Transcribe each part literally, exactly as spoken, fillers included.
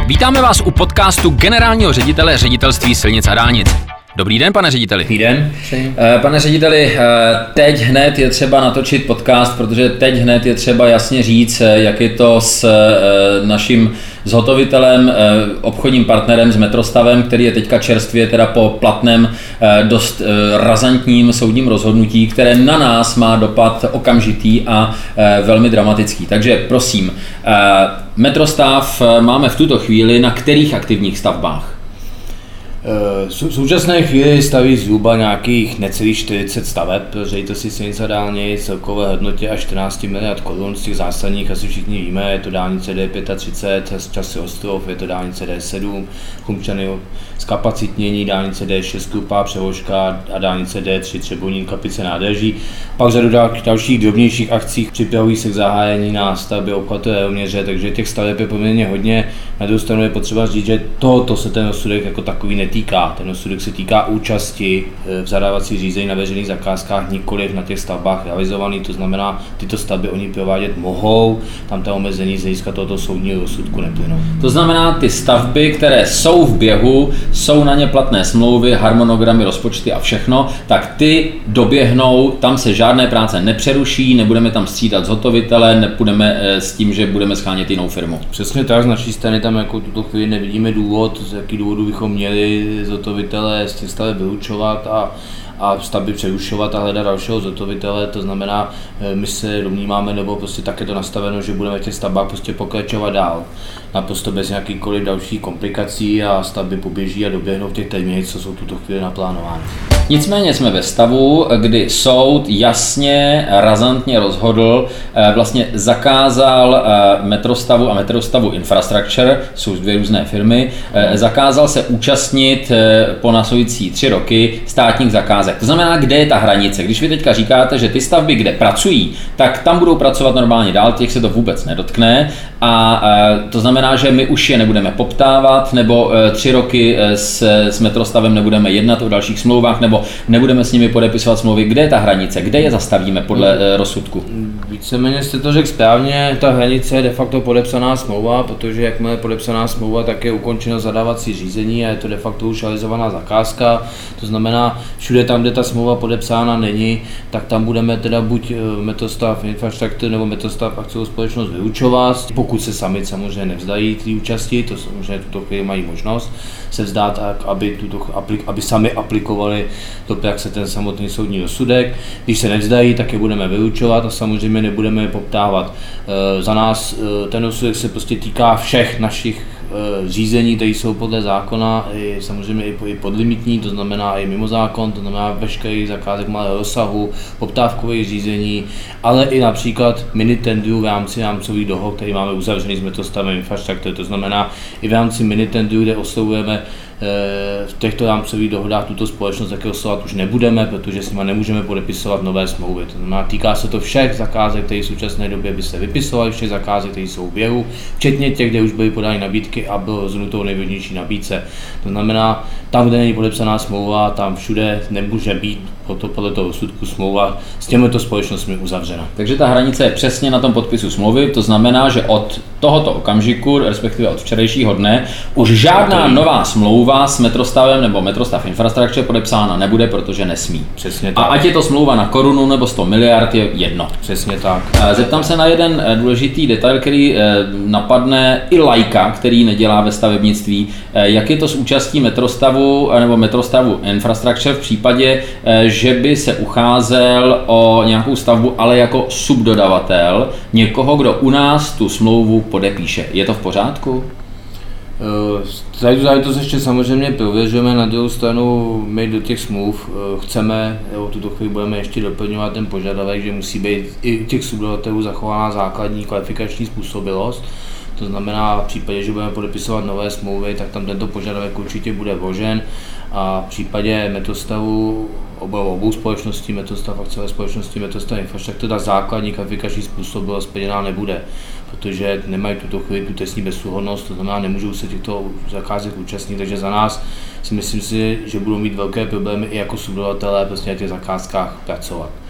Vítáme vás u podcastu generálního ředitele Ředitelství silnic a dálnic. Dobrý den, pane řediteli. Dobrý den. Pane řediteli, teď hned je třeba natočit podcast, protože teď hned je třeba jasně říct, jak je to s naším zhotovitelem, obchodním partnerem, s Metrostavem, který je teďka čerstvě teda po platném dost razantním soudním rozhodnutí, které na nás má dopad okamžitý a velmi dramatický. Takže prosím, Metrostav máme v tuto chvíli na kterých aktivních stavbách? V současné chvíli staví zhruba nějakých necelých čtyřicet staveb, Ředitelství silnic a dálnic, celkové hodnotě až čtrnáct miliard korun, z těch zásadních asi všichni víme, je to dálnice D třicet pět, Časy Ostrov, je to dálnice D sedm, Chlumčany zkapacitnění, dálnice D šest Krupá Přeložka a dálnice D tři Třebonín Kapice nádrží. Pak řadu dalších drobnějších akcí připravují se k zahájení na stavbě obchvatu rovněře, takže těch staveb je poměrně hodně. Na druhou stranu je potřeba říct, že tohoto se ten rozsudek jako takový netýká. Ten rozsudek se týká účasti v zadávací řízení na veřejných zakázkách, nikoliv na těch stavbách realizovaných, to znamená, tyto stavby oni provádět mohou, tam ta omezení z hlediska tohoto soudního rozsudku neplynou. To znamená, ty stavby, které jsou v běhu, jsou na ně platné smlouvy, harmonogramy, rozpočty a všechno, tak ty doběhnou, tam se žádné práce nepřeruší, nebudeme tam střídat zhotovitele, nepůjdeme s tím, že budeme schánět jinou firmu. Přesně tak, z naší strany tam jako tuto chvíli nevidíme důvod, z jaký důvodu bychom měli zhotovitele z těch staveb vylučovat a a stavby přerušovat a hledat dalšího zhotovitele, to znamená, my se domníváme, nebo prostě tak je to nastaveno, že budeme v těch stavbách prostě pokračovat dál. Naprosto bez jakýchkoliv dalších komplikací a stavby poběží a doběhnou v těch termínech, co jsou tuto chvíli naplánovány. Nicméně jsme ve stavu, kdy soud jasně, razantně rozhodl, vlastně zakázal Metrostavu a Metrostavu Infrastructure, jsou dvě různé firmy, zakázal se účastnit po následující tři roky státních zakázek. To znamená, kde je ta hranice? Když vy teďka říkáte, že ty stavby, kde pracují, tak tam budou pracovat normálně dál, těch se to vůbec nedotkne a to znamená, že my už je nebudeme poptávat, nebo tři roky s, s Metrostavem nebudeme jednat o dalších smlouvách, nebo nebudeme s nimi podepisovat smlouvy. Kde je ta hranice? Kde je zastavíme podle hmm. rozsudku? Víceméně jste to řekl správně, ta hranice je de facto podepsaná smlouva, protože jakmile je podepsaná smlouva, tak je ukončeno zadávací řízení a je to de facto už realizovaná zakázka. To znamená, všude tam, kde ta smlouva podepsána není, tak tam budeme teda buď Metrostav Infrastructure nebo Metrostav akciovou společnost vyučovat, pokud se sami samozřejmě nevzdají té účasti, to samozřejmě tuto chvíli mají možnost se vzdát, tak aby, tuto, aby sami aplikovali do praxe ten samotný soudní rozsudek. Když se nevzdají, tak je budeme vyučovat a samozřejmě nebudeme je poptávat. Za nás ten rozsudek se prostě týká všech našich řízení, které jsou podle zákona, i samozřejmě i podlimitní, to znamená i mimo zákon, to znamená veškerých zakázek malého rozsahu, poptávkových řízení, ale i například minitendrů v rámci rámcových dohod, který máme uzavřený s Metrostavem Infrastructure, to znamená i v rámci minitendrů, kde oslovujeme v těchto rámcových dohodách tuto společnost taky oslovovat už nebudeme, protože s nimi nemůžeme podepisovat nové smlouvy. To znamená, týká se to všech zakázek, které v současné době by se vypisovaly, všech zakázek, které jsou v běhu, včetně těch, kde už byly podány nabídky a bylo rozhodnuto o nejvhodnější nabídce. To znamená, tam, kde není podepsaná smlouva, tam všude nemůže být proto podle toho rozsudku smlouva s těmito společnostmi uzavřena. Takže ta hranice je přesně na tom podpisu smlouvy, to znamená, že od tohoto okamžiku, respektive od včerejšího dne, už žádná nová smlouva s Metrostavem nebo Metrostav Infrastructure podepsána nebude, protože nesmí. Přesně tak. A ať je to smlouva na korunu nebo sto miliard, je jedno. Přesně tak. Zeptám se na jeden důležitý detail, který napadne i laika, který nedělá ve stavebnictví. Jak je to s účastí Metrostavu nebo Metrostavu Infrastructure v případě, že by se ucházel o nějakou stavbu, ale jako subdodavatel někoho, kdo u nás tu smlouvu podepíše. Je to v pořádku? Tady tu záležitost ještě samozřejmě prověřujeme, na druhou stranu my do těch smluv chceme, v tuto chvíli budeme ještě doplňovat ten požadavek, že musí být i u těch subdodavatelů zachována základní kvalifikační způsobilost. To znamená, v případě, že budeme podepisovat nové smlouvy, tak tam tento požadavek určitě bude vložen a v případě Metrostavu obou, obou společností, Metrostav akciové společnosti, Metrostav Infrastructure, ta základní kvalifikační způsobilost splněná nebude, protože nemají tuto chvíli tu trestní bezúhonnost, to znamená, nemůžou se těchto zakázek účastnit, takže za nás si myslím si, že budou mít velké problémy i jako subdodavatelé prostě na těch zakázkách pracovat.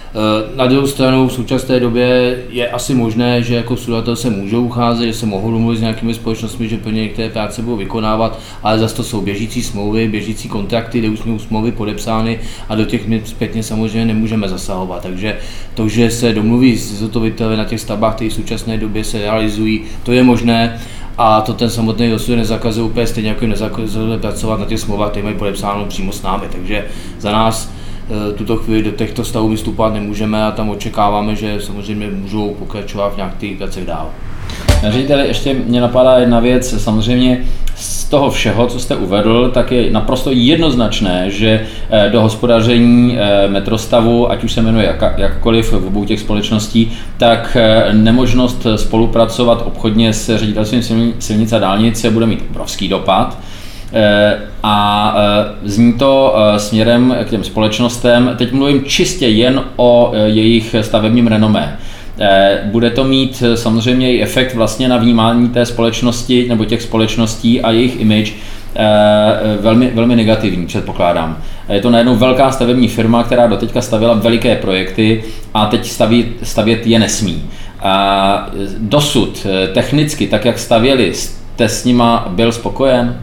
Na druhou stranu v současné době je asi možné, že jako studentatel se můžou ucházet, že se mohou domluvit s nějakými společnostmi, že pro ně některé práce budou vykonávat, ale zase to jsou běžící smlouvy, běžící kontrakty, kde už jsou smlouvy podepsány a do těch my zpětně samozřejmě nemůžeme zasahovat. Takže to, že se domluví s zhotoviteli na těch stavbách, které v současné době se realizují, to je možné. A to ten samotný dosud nezakazuje úplně stejně, jako jim nezakazuje pracovat na těch smlouvách, které mají podepsáno přímo s námi. Takže za nás tuto chvíli do těchto stavů vystupovat nemůžeme a tam očekáváme, že samozřejmě můžou pokračovat v nějakých pracech dál. Řediteli, ještě mě napadá jedna věc, samozřejmě z toho všeho, co jste uvedl, tak je naprosto jednoznačné, že do hospodaření metrostavu, ať už se jmenuje jak, jakkoliv v obou těch společností, tak nemožnost spolupracovat obchodně s ředitelstvím silnic a dálnic bude mít obrovský dopad. A zní to směrem k těm společnostem. Teď mluvím čistě jen o jejich stavebním renomé. Bude to mít samozřejmě i efekt vlastně na vnímání té společnosti nebo těch společností a jejich image velmi, velmi negativní, předpokládám. Je to najednou velká stavební firma, která doteďka stavěla veliké projekty a teď staví, stavět je nesmí. A dosud technicky, tak jak stavěli, jste s nima byl spokojen?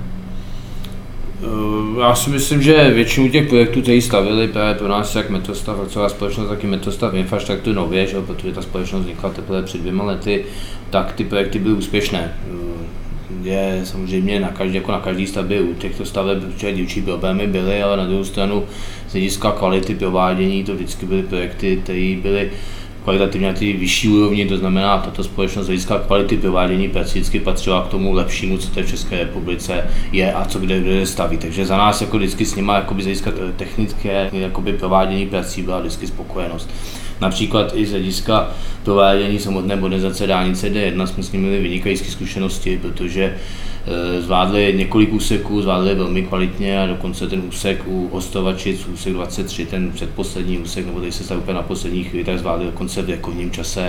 Já si myslím, že většinu těch projektů, které stavili právě pro nás jak Metrostav a celá společnost, tak i Metrostav Infrastructure nově, že, protože ta společnost vznikla teprve před dvěma lety, tak ty projekty byly úspěšné. Je samozřejmě na každý, jako na každý stavbě u těchto staveb určitě dílčí problémy byly, ale na druhou stranu z hlediska kvality provádění to vždycky byly projekty, které byly kvalitativně na té vyšší úrovni, to znamená, tato společnost z hlediska kvality provádění prací vždycky patřila k tomu lepšímu, co to v České republice je a co kde, kde staví. Takže za nás jako vždycky s nimi z hlediska technické jakoby provádění prací byla vždycky spokojenost. Například i z hlediska provádění samotné modernizace dálnice D jedna jsme s nimi měli vynikající zkušenosti, protože zvládli několik úseků, zvládli velmi kvalitně a dokonce ten úsek u Ostovačic, úsek dvacet tři, ten předposlední úsek, nebo tady se staví na poslední chvíli, tak zvládli dokonce v rekordním čase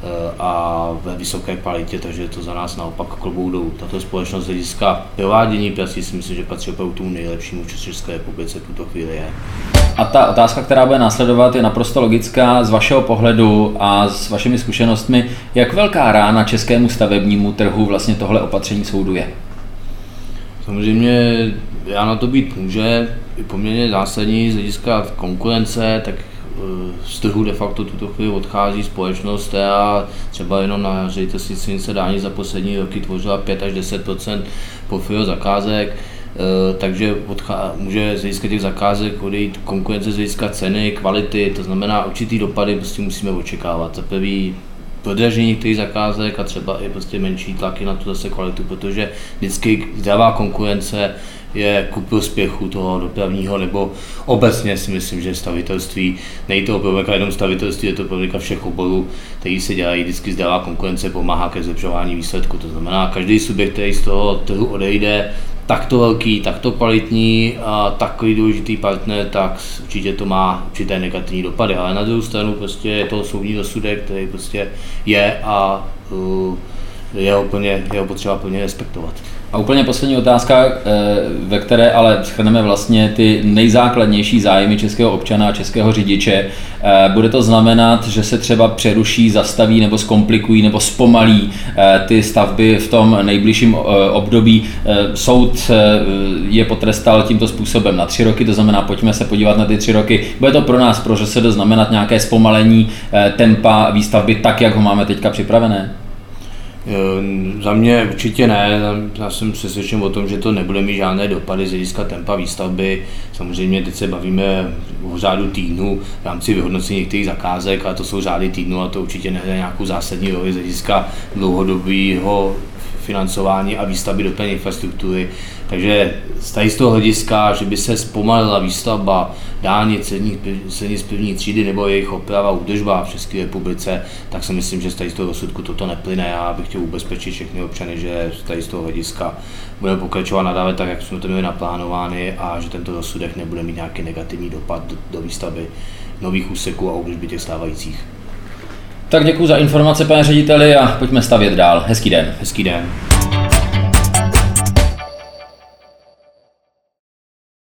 a ve vysoké kvalitě, takže to za nás naopak klobouk dolů. Tato společnost z hlediska provádění prací si myslím, že patří opravdu tomu nejlepšímu, co v České republice v tuto chvíli je. A ta otázka, která bude následovat, je naprosto logická z vašeho pohledu a s vašimi zkušenostmi. Jak velká rána českému stavebnímu trhu vlastně tohle opatření soudu je? Samozřejmě rána to být může, i poměrně zásadní z hlediska konkurence, tak z trhu de facto tuto chvíli odchází společnost, která třeba jenom na ředitelství silnic a dálnic za poslední roky tvořila pět až deset procent portfolio zakázek. Takže odchá, může z hlediska těch zakázek odejít konkurence z hlediska ceny, kvality, to znamená určitý dopady prostě musíme očekávat. Za prvý prodražení některých zakázek a třeba i prostě menší tlaky na tu zase kvalitu, protože vždycky zdravá konkurence je ku prospěchu toho dopravního, nebo obecně si myslím, že stavitelství, není to problém jenom stavitelství, je to problém všech oborů, který se dělají, vždycky zdravá konkurence pomáhá ke zlepšování výsledku. To znamená, každý subjekt, který z toho trhu odejde, takto velký, takto kvalitní a takový důležitý partner, tak určitě to má určité negativní dopady, ale na druhou stranu prostě je to soudní rozsudek, který prostě je a uh, je ho, plně, je ho potřeba plně respektovat. A úplně poslední otázka, ve které ale shrneme vlastně ty nejzákladnější zájmy českého občana a českého řidiče. Bude to znamenat, že se třeba přeruší, zastaví nebo zkomplikují nebo zpomalí ty stavby v tom nejbližším období. Soud je potrestal tímto způsobem na tři roky, to znamená, pojďme se podívat na ty tři roky. Bude to pro nás, pro ŘSD, znamenat nějaké zpomalení tempa výstavby tak, jak ho máme teďka připravené? Za mě určitě ne, já jsem přesvědčen o tom, že to nebude mít žádné dopady z hlediska tempa výstavby. Samozřejmě teď se bavíme o řádu týdnů v rámci vyhodnocení některých zakázek, a to jsou řády týdnů a to určitě nehraje nějakou zásadní roli z hlediska dlouhodobého financování a výstavby dopravní infrastruktury. Takže z toho hlediska, že by se zpomalila výstavba dálnic silnic první třídy nebo jejich oprava, údržba v České republice, tak si myslím, že z toho rozsudku toto neplyne. Já bych chtěl ubezpečit všechny občany, že z toho hlediska budeme pokračovat nadále tak, jak jsme to měli naplánovány, a že tento rozsudek nebude mít nějaký negativní dopad do, do výstavby nových úseků a údržby těch stávajících. Tak děkuji za informace, pane řediteli, a pojďme stavět dál. Hezký den. Hezký den.